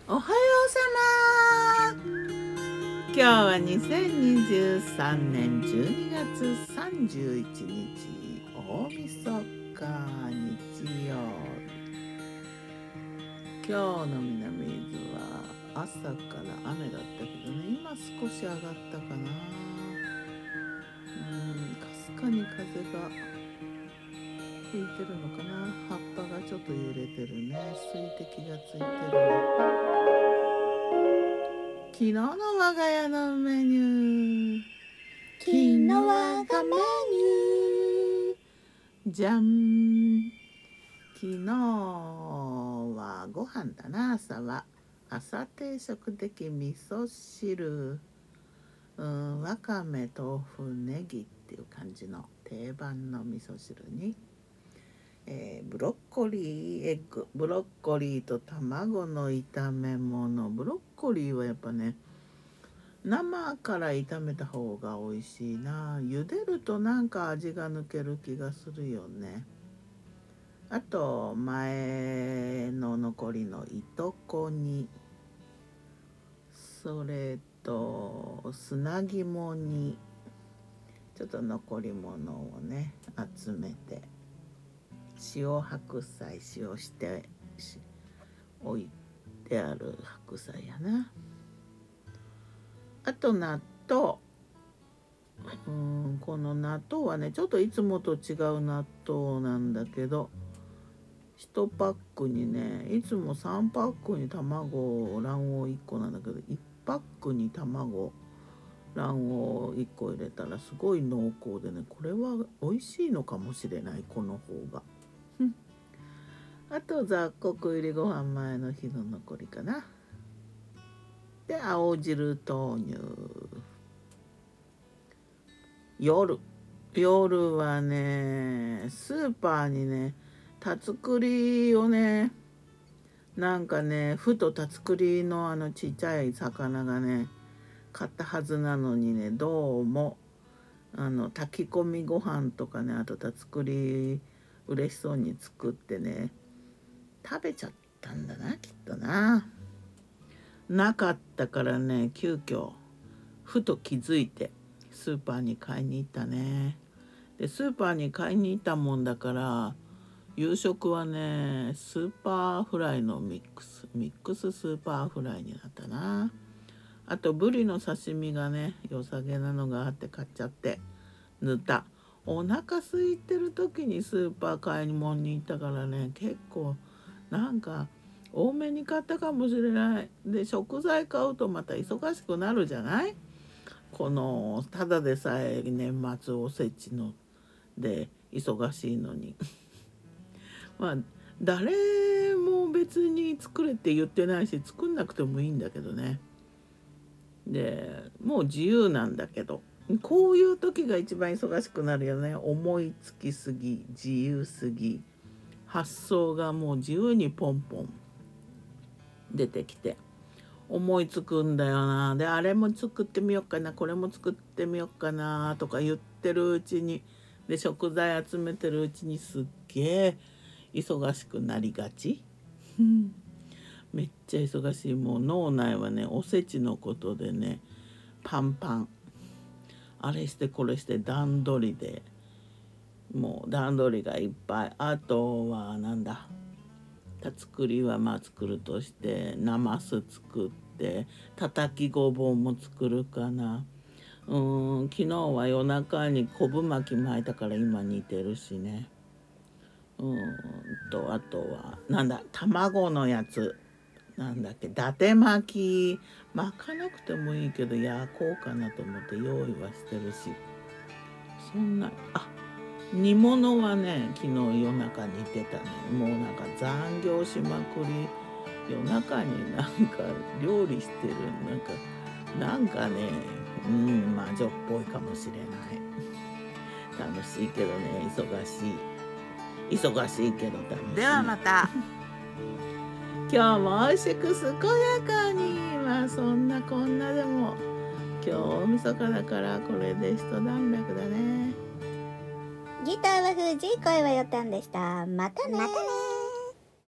おはようさま。今日は2023年12月31日大晦日日曜日。今日の南伊豆は朝から雨だったけどね、今少し上がったかな。かすかに風が吹いてるのかな。葉っぱがちょっと揺れてるね。水滴がついてるね。昨日の我が家のメニュー。 昨日我がメニュー。 じゃん。昨日はご飯だな。朝は朝定食的味噌汁、わかめ豆腐ネギっていう感じの定番の味噌汁に、ブロッコリーエッグ、ブロッコリーと卵の炒め物。ブロッコリーはやっぱね、生から炒めた方が美味しいな。茹でるとなんか味が抜ける気がするよね。あと前の残りのいとこに、それと砂肝にちょっと残り物をね集めて、塩白菜塩して置いてある白菜やな。あと納豆。この納豆はねちょっといつもと違う納豆なんだけど、1パックにね、いつも3パックに卵卵黄1個なんだけど、1パックに卵卵黄1個入れたらすごい濃厚でね、これは美味しいのかもしれない、この方が。あと雑穀入りご飯前の日の残りかな。で青汁豆乳。夜はねスーパーにねタツクリをね、なんかねふとタツクリのちっちゃい魚がね買ったはずなのにね、どうも炊き込みご飯とかね、あとタツクリ嬉しそうに作ってね食べちゃったんだな、きっとな。なかったからね、急遽ふと気づいてスーパーに買いに行ったね。でスーパーに買いに行ったもんだから、夕食はねスーパーフライのミックススーパーフライになったな。あとブリの刺身がね良さげなのがあって買っちゃって塗った。お腹空いてる時にスーパー買い物に行ったからね、結構なんか多めに買ったかもしれない。で食材買うとまた忙しくなるじゃない。このただでさえ年末おせちので忙しいのにまあ誰も別に作れって言ってないし、作んなくてもいいんだけどね。でもう自由なんだけど、こういう時が一番忙しくなるよね。思いつきすぎ、自由すぎ、発想がもう自由にポンポン出てきて思いつくんだよな。であれも作ってみようかな、これも作ってみようかなとか言ってるうちに、で食材集めてるうちにすっげえ忙しくなりがち。めっちゃ忙しい。もう脳内はねおせちのことでねパンパン。あれしてこれして段取りで、もう段取りがいっぱい。あとはなんだ、作りはまあ作るとしてなます作って、たたきごぼうも作るかな。昨日は夜中に昆布巻き巻いたから今煮てるしね。あとはなんだ、卵のやつなんだっけ、伊達巻き巻かなくてもいいけど焼こうかなと思って用意はしてるし、そんな煮物はね昨日夜中煮てたね。もうなんか残業しまくり、夜中になんか料理してる、なんかね魔女っぽいかもしれない。楽しいけどね、忙しいけど楽しい。ではまた。今日も美味しく健やかに。まあそんなこんなでも今日大晦日だからこれで一段落だね。 ギターは藤井、声はよたんでした。またね。